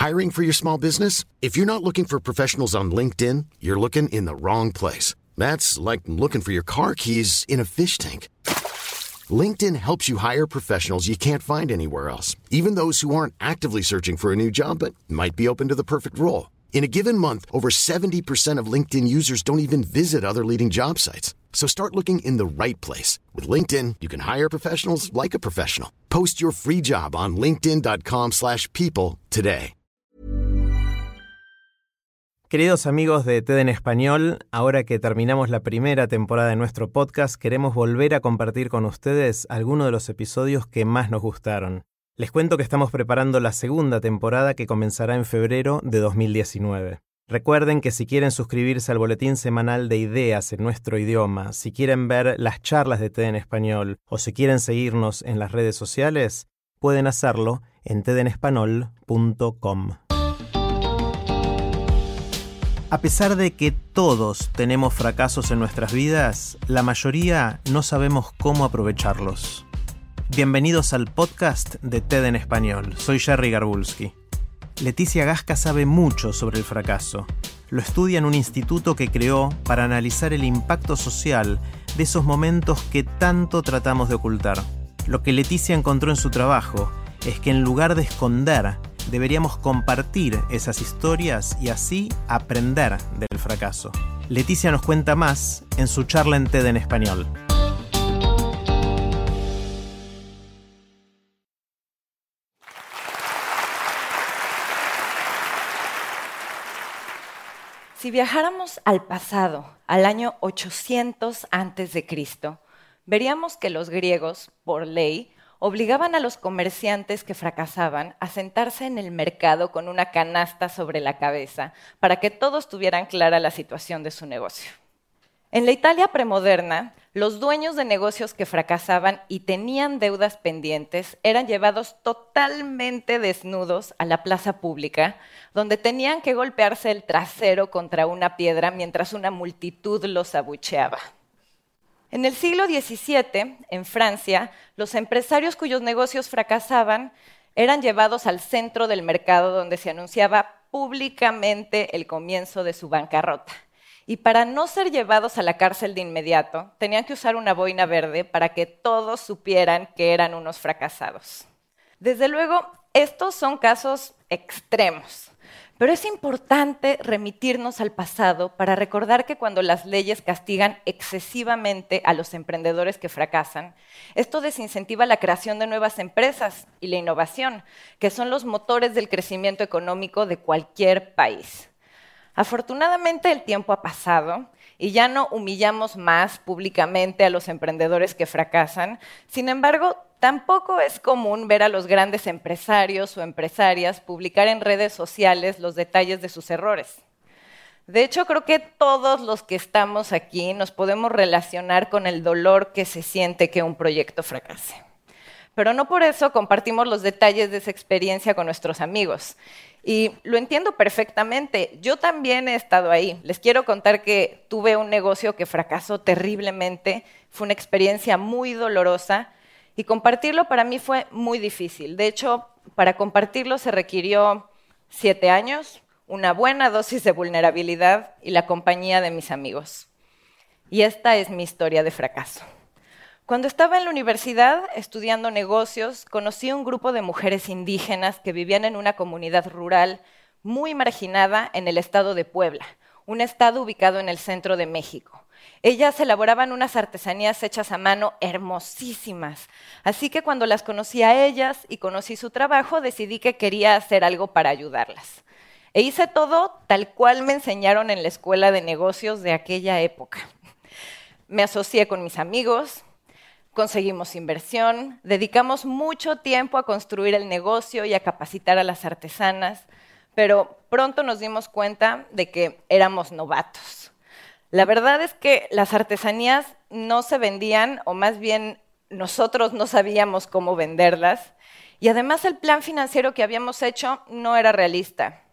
Hiring for your small business? If you're not looking for professionals on LinkedIn, you're looking in the wrong place. That's like looking for your car keys in a fish tank. LinkedIn helps you hire professionals you can't find anywhere else, even those who aren't actively searching for a new job but might be open to the perfect role. In a given month, over 70% of LinkedIn users don't even visit other leading job sites. So start looking in the right place. With LinkedIn, you can hire professionals like a professional. Post your free job on linkedin.com/people today. Queridos amigos de TED en Español, ahora que terminamos la primera temporada de nuestro podcast, queremos volver a compartir con ustedes algunos de los episodios que más nos gustaron. Les cuento que estamos preparando la segunda temporada que comenzará en febrero de 2019. Recuerden que si quieren suscribirse al boletín semanal de ideas en nuestro idioma, si quieren ver las charlas de TED en Español o si quieren seguirnos en las redes sociales, pueden hacerlo en tedenespanol.com. A pesar de que todos tenemos fracasos en nuestras vidas, la mayoría no sabemos cómo aprovecharlos. Bienvenidos al podcast de TED en Español. Soy Jerry Garbulski. Leticia Gasca sabe mucho sobre el fracaso. Lo estudia en un instituto que creó para analizar el impacto social de esos momentos que tanto tratamos de ocultar. Lo que Leticia encontró en su trabajo es que en lugar de esconder, deberíamos compartir esas historias y así aprender del fracaso. Leticia nos cuenta más en su charla en TED en Español. Si viajáramos al pasado, al año 800 a.C., veríamos que los griegos, por ley, obligaban a los comerciantes que fracasaban a sentarse en el mercado con una canasta sobre la cabeza para que todos tuvieran clara la situación de su negocio. En la Italia premoderna, los dueños de negocios que fracasaban y tenían deudas pendientes eran llevados totalmente desnudos a la plaza pública, donde tenían que golpearse el trasero contra una piedra mientras una multitud los abucheaba. En el siglo XVII, en Francia, los empresarios cuyos negocios fracasaban eran llevados al centro del mercado donde se anunciaba públicamente el comienzo de su bancarrota. Y para no ser llevados a la cárcel de inmediato, tenían que usar una boina verde para que todos supieran que eran unos fracasados. Desde luego, estos son casos extremos. Pero es importante remitirnos al pasado para recordar que cuando las leyes castigan excesivamente a los emprendedores que fracasan, esto desincentiva la creación de nuevas empresas y la innovación, que son los motores del crecimiento económico de cualquier país. Afortunadamente el tiempo ha pasado y ya no humillamos más públicamente a los emprendedores que fracasan. Sin embargo, tampoco es común ver a los grandes empresarios o empresarias publicar en redes sociales los detalles de sus errores. De hecho, creo que todos los que estamos aquí nos podemos relacionar con el dolor que se siente que un proyecto fracase. Pero no por eso compartimos los detalles de esa experiencia con nuestros amigos. Y lo entiendo perfectamente. Yo también he estado ahí. Les quiero contar que tuve un negocio que fracasó terriblemente. Fue una experiencia muy dolorosa y compartirlo para mí fue muy difícil. De hecho, para compartirlo se requirió 7 años, una buena dosis de vulnerabilidad y la compañía de mis amigos. Y esta es mi historia de fracaso. Cuando estaba en la universidad estudiando negocios, conocí un grupo de mujeres indígenas que vivían en una comunidad rural muy marginada en el estado de Puebla, un estado ubicado en el centro de México. Ellas elaboraban unas artesanías hechas a mano hermosísimas, así que cuando las conocí a ellas y conocí su trabajo, decidí que quería hacer algo para ayudarlas. E hice todo tal cual me enseñaron en la escuela de negocios de aquella época. Me asocié con mis amigos, conseguimos inversión, dedicamos mucho tiempo a construir el negocio y a capacitar a las artesanas, pero pronto nos dimos cuenta de que éramos novatos. La verdad es que las artesanías no se vendían, o más bien nosotros no sabíamos cómo venderlas, y además el plan financiero que habíamos hecho no era realista.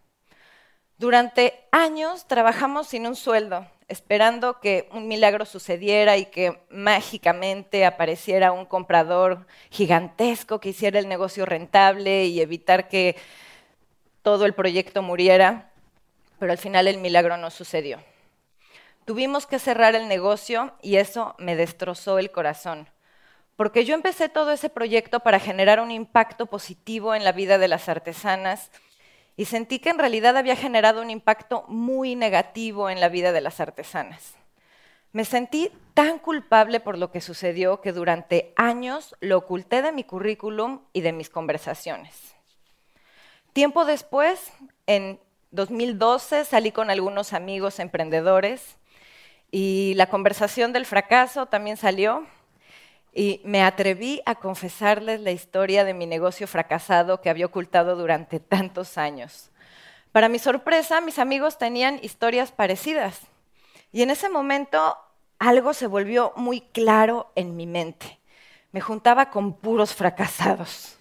Durante años trabajamos sin un sueldo, esperando que un milagro sucediera y que mágicamente apareciera un comprador gigantesco que hiciera el negocio rentable y evitar que todo el proyecto muriera, pero al final el milagro no sucedió. Tuvimos que cerrar el negocio y eso me destrozó el corazón, porque yo empecé todo ese proyecto para generar un impacto positivo en la vida de las artesanas y sentí que en realidad había generado un impacto muy negativo en la vida de las artesanas. Me sentí tan culpable por lo que sucedió que durante años lo oculté de mi currículum y de mis conversaciones. Tiempo después, en 2012, salí con algunos amigos emprendedores y la conversación del fracaso también salió y me atreví a confesarles la historia de mi negocio fracasado que había ocultado durante tantos años. Para mi sorpresa, mis amigos tenían historias parecidas. Y en ese momento algo se volvió muy claro en mi mente. Me juntaba con puros fracasados.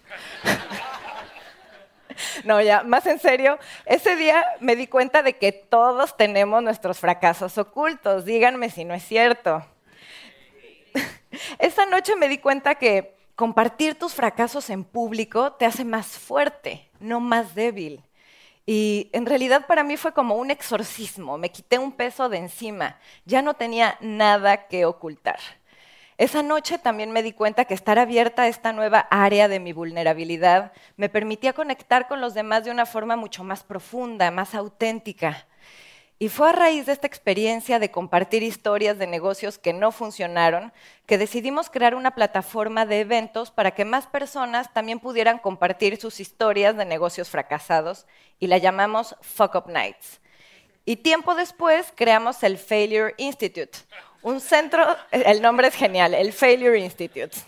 No, ya, más en serio, ese día me di cuenta de que todos tenemos nuestros fracasos ocultos. Díganme si no es cierto. Esa noche me di cuenta que compartir tus fracasos en público te hace más fuerte, no más débil. Y en realidad para mí fue como un exorcismo, me quité un peso de encima, ya no tenía nada que ocultar. Esa noche también me di cuenta que estar abierta a esta nueva área de mi vulnerabilidad me permitía conectar con los demás de una forma mucho más profunda, más auténtica. Y fue a raíz de esta experiencia de compartir historias de negocios que no funcionaron que decidimos crear una plataforma de eventos para que más personas también pudieran compartir sus historias de negocios fracasados y la llamamos Fuck Up Nights. Y tiempo después creamos el Failure Institute, un centro, el nombre es genial, el Failure Institute.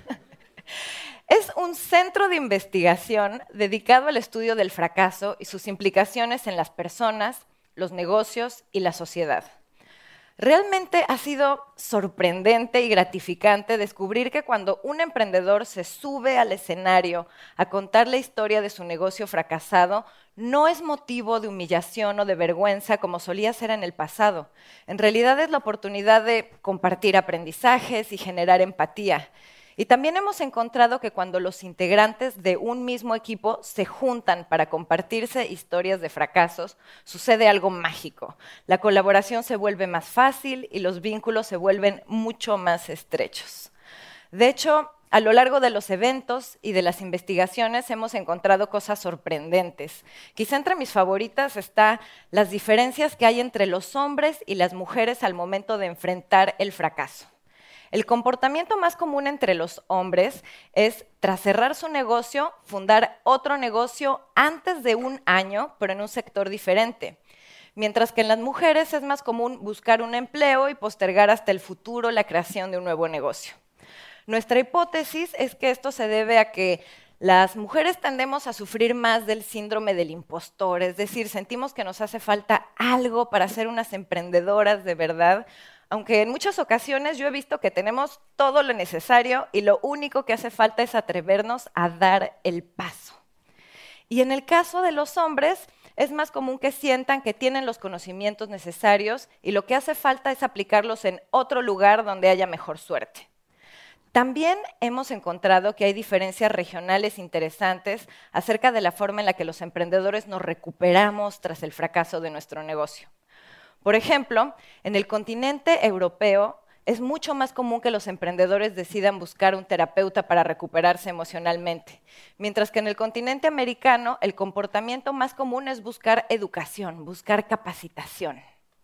Es un centro de investigación dedicado al estudio del fracaso y sus implicaciones en las personas, los negocios y la sociedad. Realmente ha sido sorprendente y gratificante descubrir que cuando un emprendedor se sube al escenario a contar la historia de su negocio fracasado, no es motivo de humillación o de vergüenza como solía ser en el pasado. En realidad es la oportunidad de compartir aprendizajes y generar empatía. Y también hemos encontrado que cuando los integrantes de un mismo equipo se juntan para compartirse historias de fracasos, sucede algo mágico. La colaboración se vuelve más fácil y los vínculos se vuelven mucho más estrechos. De hecho, a lo largo de los eventos y de las investigaciones hemos encontrado cosas sorprendentes. Quizá entre mis favoritas está las diferencias que hay entre los hombres y las mujeres al momento de enfrentar el fracaso. El comportamiento más común entre los hombres es, tras cerrar su negocio, fundar otro negocio antes de un año, pero en un sector diferente. Mientras que en las mujeres es más común buscar un empleo y postergar hasta el futuro la creación de un nuevo negocio. Nuestra hipótesis es que esto se debe a que las mujeres tendemos a sufrir más del síndrome del impostor, es decir, sentimos que nos hace falta algo para ser unas emprendedoras de verdad, aunque en muchas ocasiones yo he visto que tenemos todo lo necesario y lo único que hace falta es atrevernos a dar el paso. Y en el caso de los hombres, es más común que sientan que tienen los conocimientos necesarios y lo que hace falta es aplicarlos en otro lugar donde haya mejor suerte. También hemos encontrado que hay diferencias regionales interesantes acerca de la forma en la que los emprendedores nos recuperamos tras el fracaso de nuestro negocio. Por ejemplo, en el continente europeo es mucho más común que los emprendedores decidan buscar un terapeuta para recuperarse emocionalmente, mientras que en el continente americano el comportamiento más común es buscar educación, buscar capacitación.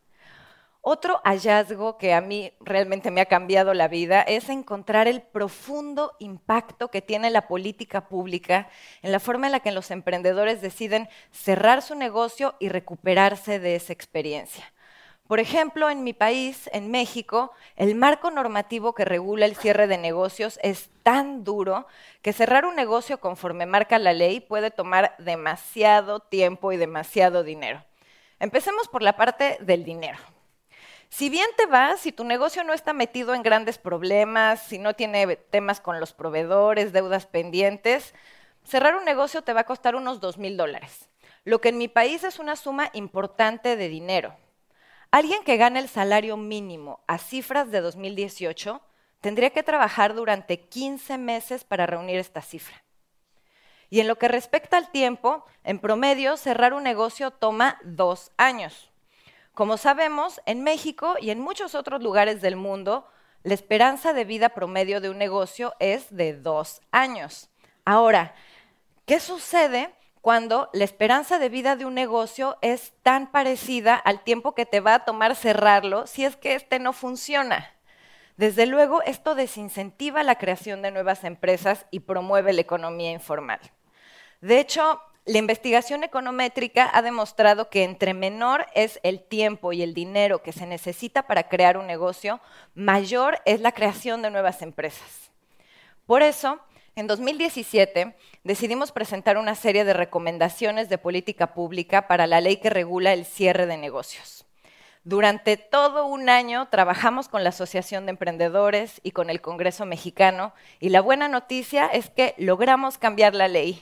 Otro hallazgo que a mí realmente me ha cambiado la vida es encontrar el profundo impacto que tiene la política pública en la forma en la que los emprendedores deciden cerrar su negocio y recuperarse de esa experiencia. Por ejemplo, en mi país, en México, el marco normativo que regula el cierre de negocios es tan duro que cerrar un negocio conforme marca la ley puede tomar demasiado tiempo y demasiado dinero. Empecemos por la parte del dinero. Si bien te va, si tu negocio no está metido en grandes problemas, si no tiene temas con los proveedores, deudas pendientes, cerrar un negocio te va a costar unos $2,000, lo que en mi país es una suma importante de dinero. Alguien que gane el salario mínimo a cifras de 2018 tendría que trabajar durante 15 meses para reunir esta cifra. Y en lo que respecta al tiempo, en promedio, cerrar un negocio toma 2 años. Como sabemos, en México y en muchos otros lugares del mundo, la esperanza de vida promedio de un negocio es de 2 años. Ahora, ¿qué sucede cuando la esperanza de vida de un negocio es tan parecida al tiempo que te va a tomar cerrarlo si es que este no funciona? Desde luego, esto desincentiva la creación de nuevas empresas y promueve la economía informal. De hecho, la investigación econométrica ha demostrado que entre menor es el tiempo y el dinero que se necesita para crear un negocio, mayor es la creación de nuevas empresas. Por eso, en 2017 decidimos presentar una serie de recomendaciones de política pública para la ley que regula el cierre de negocios. Durante todo un año trabajamos con la Asociación de Emprendedores y con el Congreso Mexicano, y la buena noticia es que logramos cambiar la ley.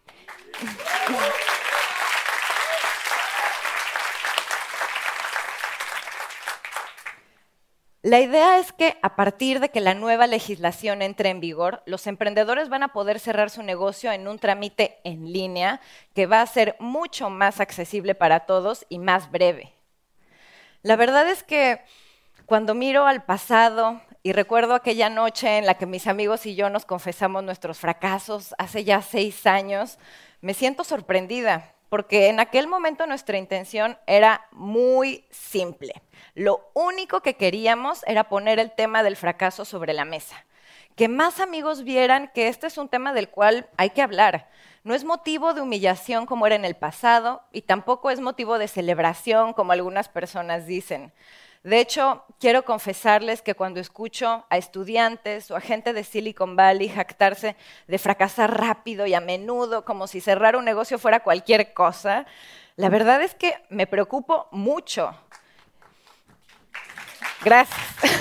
La idea es que a partir de que la nueva legislación entre en vigor, los emprendedores van a poder cerrar su negocio en un trámite en línea que va a ser mucho más accesible para todos y más breve. La verdad es que cuando miro al pasado y recuerdo aquella noche en la que mis amigos y yo nos confesamos nuestros fracasos hace ya 6 años, me siento sorprendida, porque en aquel momento nuestra intención era muy simple. Lo único que queríamos era poner el tema del fracaso sobre la mesa. Que más amigos vieran que este es un tema del cual hay que hablar. No es motivo de humillación como era en el pasado y tampoco es motivo de celebración como algunas personas dicen. De hecho, quiero confesarles que cuando escucho a estudiantes o a gente de Silicon Valley jactarse de fracasar rápido y a menudo como si cerrar un negocio fuera cualquier cosa, la verdad es que me preocupo mucho. Gracias.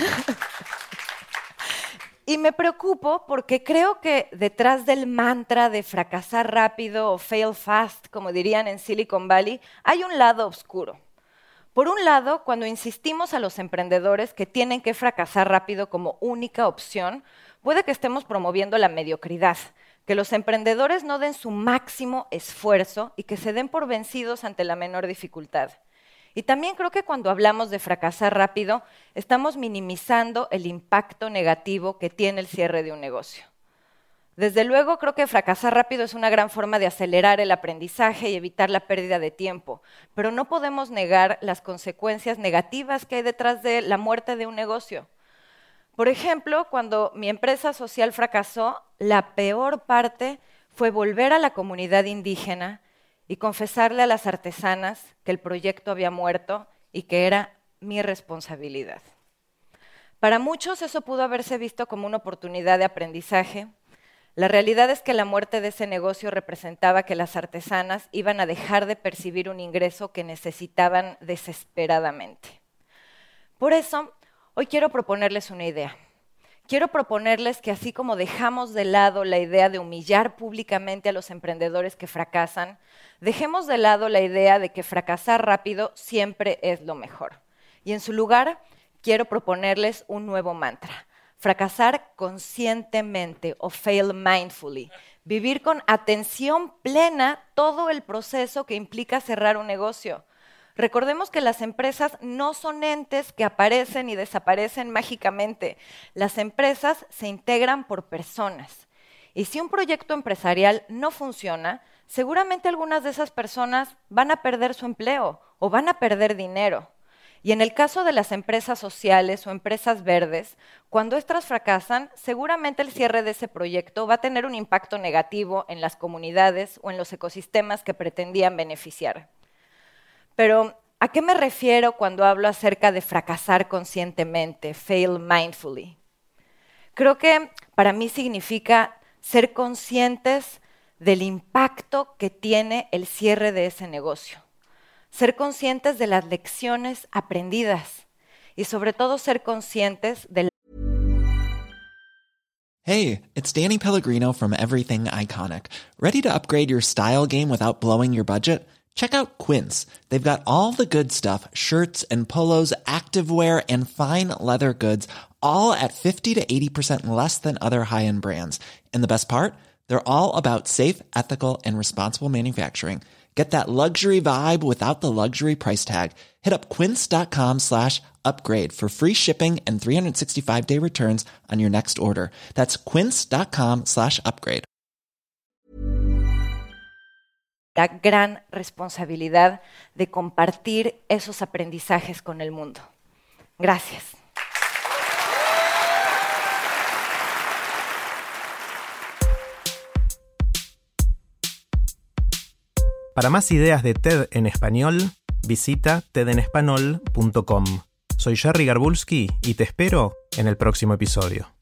Y me preocupo porque creo que detrás del mantra de fracasar rápido o fail fast, como dirían en Silicon Valley, hay un lado oscuro. Por un lado, cuando insistimos a los emprendedores que tienen que fracasar rápido como única opción, puede que estemos promoviendo la mediocridad, que los emprendedores no den su máximo esfuerzo y que se den por vencidos ante la menor dificultad. Y también creo que cuando hablamos de fracasar rápido, estamos minimizando el impacto negativo que tiene el cierre de un negocio. Desde luego, creo que fracasar rápido es una gran forma de acelerar el aprendizaje y evitar la pérdida de tiempo, pero no podemos negar las consecuencias negativas que hay detrás de la muerte de un negocio. Por ejemplo, cuando mi empresa social fracasó, la peor parte fue volver a la comunidad indígena y confesarle a las artesanas que el proyecto había muerto y que era mi responsabilidad. Para muchos eso pudo haberse visto como una oportunidad de aprendizaje. La realidad es que la muerte de ese negocio representaba que las artesanas iban a dejar de percibir un ingreso que necesitaban desesperadamente. Por eso, hoy quiero proponerles una idea. Quiero proponerles que así como dejamos de lado la idea de humillar públicamente a los emprendedores que fracasan, dejemos de lado la idea de que fracasar rápido siempre es lo mejor. Y en su lugar, quiero proponerles un nuevo mantra. Fracasar conscientemente o fail mindfully. Vivir con atención plena todo el proceso que implica cerrar un negocio. Recordemos que las empresas no son entes que aparecen y desaparecen mágicamente. Las empresas se integran por personas. Y si un proyecto empresarial no funciona, seguramente algunas de esas personas van a perder su empleo o van a perder dinero. Y en el caso de las empresas sociales o empresas verdes, cuando estas fracasan, seguramente el cierre de ese proyecto va a tener un impacto negativo en las comunidades o en los ecosistemas que pretendían beneficiar. Pero, ¿a qué me refiero cuando hablo acerca de fracasar conscientemente, fail mindfully? Creo que para mí significa ser conscientes del impacto que tiene el cierre de ese negocio. Ser conscientes de las lecciones aprendidas y sobre todo ser conscientes de Hey, it's Danny Pellegrino from Everything Iconic. Ready to upgrade your style game without blowing your budget? Check out Quince. They've got all the good stuff, shirts and polos, activewear and fine leather goods, all at 50 to 80% less than other high-end brands. And the best part? They're all about safe, ethical, and responsible manufacturing. Get that luxury vibe without the luxury price tag. Hit up quince.com/upgrade for free shipping and 365-day returns on your next order. That's quince.com/upgrade. La gran responsabilidad de compartir esos aprendizajes con el mundo. Gracias. Para más ideas de TED en español, visita tedenespanol.com. Soy Jerry Garbulski y te espero en el próximo episodio.